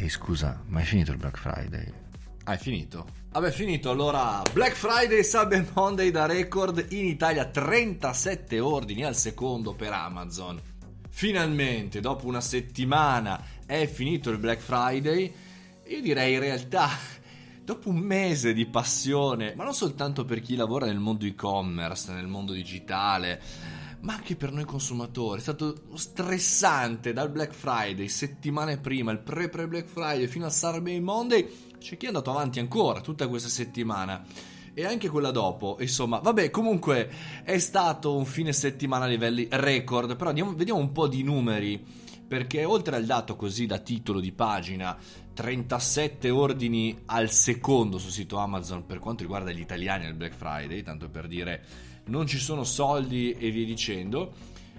Ehi scusa, ma è finito il Black Friday? Ah, è finito? Vabbè, è finito. Allora, Black Friday, Cyber Monday da record. In Italia 37 ordini al secondo per Amazon. Finalmente, dopo una settimana, è finito il Black Friday. Io direi in realtà, dopo un mese di passione, ma non soltanto per chi lavora nel mondo e-commerce, nel mondo digitale, ma anche per noi consumatori, è stato stressante dal Black Friday, settimane prima, il pre-Black Friday fino a Cyber Monday. C'è chi è andato avanti ancora tutta questa settimana e anche quella dopo, insomma, vabbè, comunque è stato un fine settimana a livelli record. Però vediamo un po' di numeri, perché oltre al dato così da titolo di pagina, 37 ordini al secondo sul sito Amazon per quanto riguarda gli italiani al Black Friday, tanto per dire non ci sono soldi e via dicendo.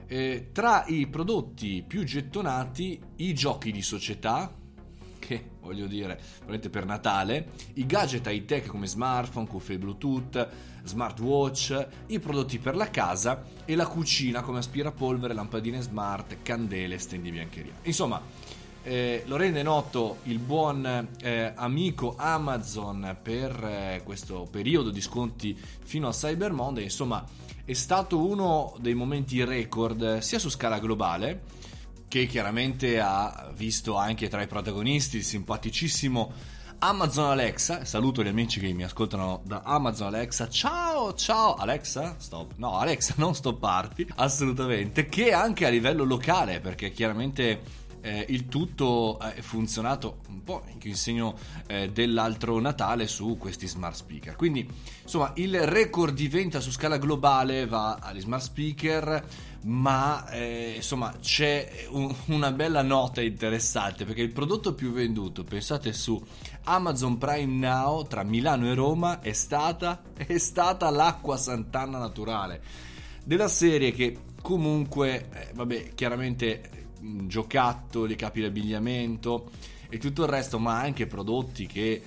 Tra i prodotti più gettonati, i giochi di società, che voglio dire, probabilmente per Natale, i gadget high tech come smartphone, cuffie Bluetooth, smartwatch, i prodotti per la casa e la cucina come aspirapolvere, lampadine smart, candele, stendibiancheria. Insomma, lo rende noto il buon amico Amazon per questo periodo di sconti fino a Cyber Monday. Insomma, è stato uno dei momenti record sia su scala globale, che chiaramente ha visto anche tra i protagonisti il simpaticissimo Amazon Alexa. Saluto gli amici che mi ascoltano da Amazon Alexa. Ciao Alexa, stop. No, Alexa, non stopparti, assolutamente. Che anche a livello locale, perché chiaramente il tutto è funzionato un po' anche in segno dell'altro Natale su questi smart speaker. Quindi insomma il record di venta su scala globale va agli smart speaker, ma insomma c'è una bella nota interessante, perché il prodotto più venduto, pensate, su Amazon Prime Now tra Milano e Roma è stata l'acqua Sant'Anna naturale, della serie che comunque vabbè, chiaramente giocattoli, capi d'abbigliamento e tutto il resto, ma anche prodotti che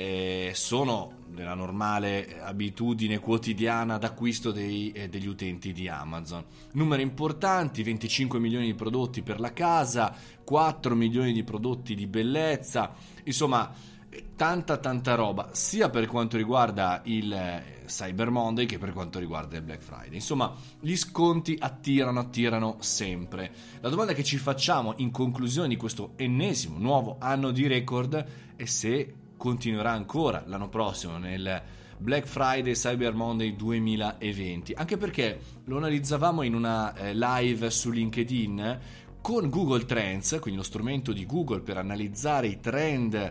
sono nella normale abitudine quotidiana d'acquisto degli utenti di Amazon. Numeri importanti: 25 milioni di prodotti per la casa, 4 milioni di prodotti di bellezza, insomma tanta roba, sia per quanto riguarda il Cyber Monday che per quanto riguarda il Black Friday. Insomma, gli sconti attirano sempre. La domanda che ci facciamo in conclusione di questo ennesimo nuovo anno di record è se continuerà ancora l'anno prossimo nel Black Friday Cyber Monday 2020, anche perché lo analizzavamo in una live su LinkedIn con Google Trends, quindi lo strumento di Google per analizzare i trend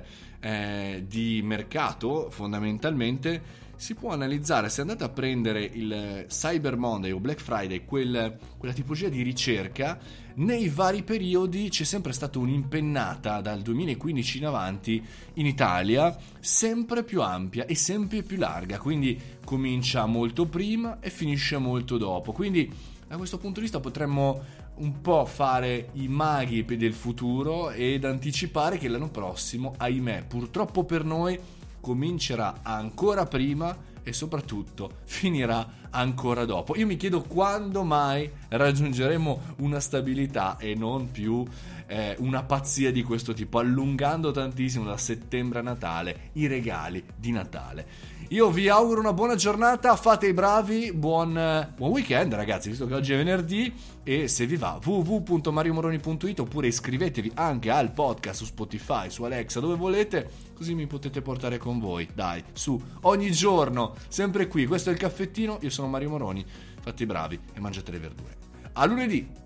di mercato. Fondamentalmente si può analizzare, se andate a prendere il Cyber Monday o Black Friday, quella tipologia di ricerca, nei vari periodi c'è sempre stata un'impennata dal 2015 in avanti in Italia sempre più ampia e sempre più larga, quindi comincia molto prima e finisce molto dopo. Quindi da questo punto di vista potremmo un po' fare i maghi del futuro ed anticipare che l'anno prossimo, ahimè, purtroppo per noi, comincerà ancora prima e soprattutto finirà ancora dopo. Io mi chiedo quando mai raggiungeremo una stabilità e non più una pazzia di questo tipo, allungando tantissimo da settembre a Natale i regali di Natale. Io vi auguro una buona giornata, fate i bravi, buon weekend ragazzi, visto che oggi è venerdì, e se vi va www.mariomoroni.it, oppure iscrivetevi anche al podcast su Spotify, su Alexa, dove volete, così mi potete portare con voi, dai, su, ogni giorno, sempre qui. Questo è il caffettino, io sono Mario Moroni, fate i bravi e mangiate le verdure. A lunedì!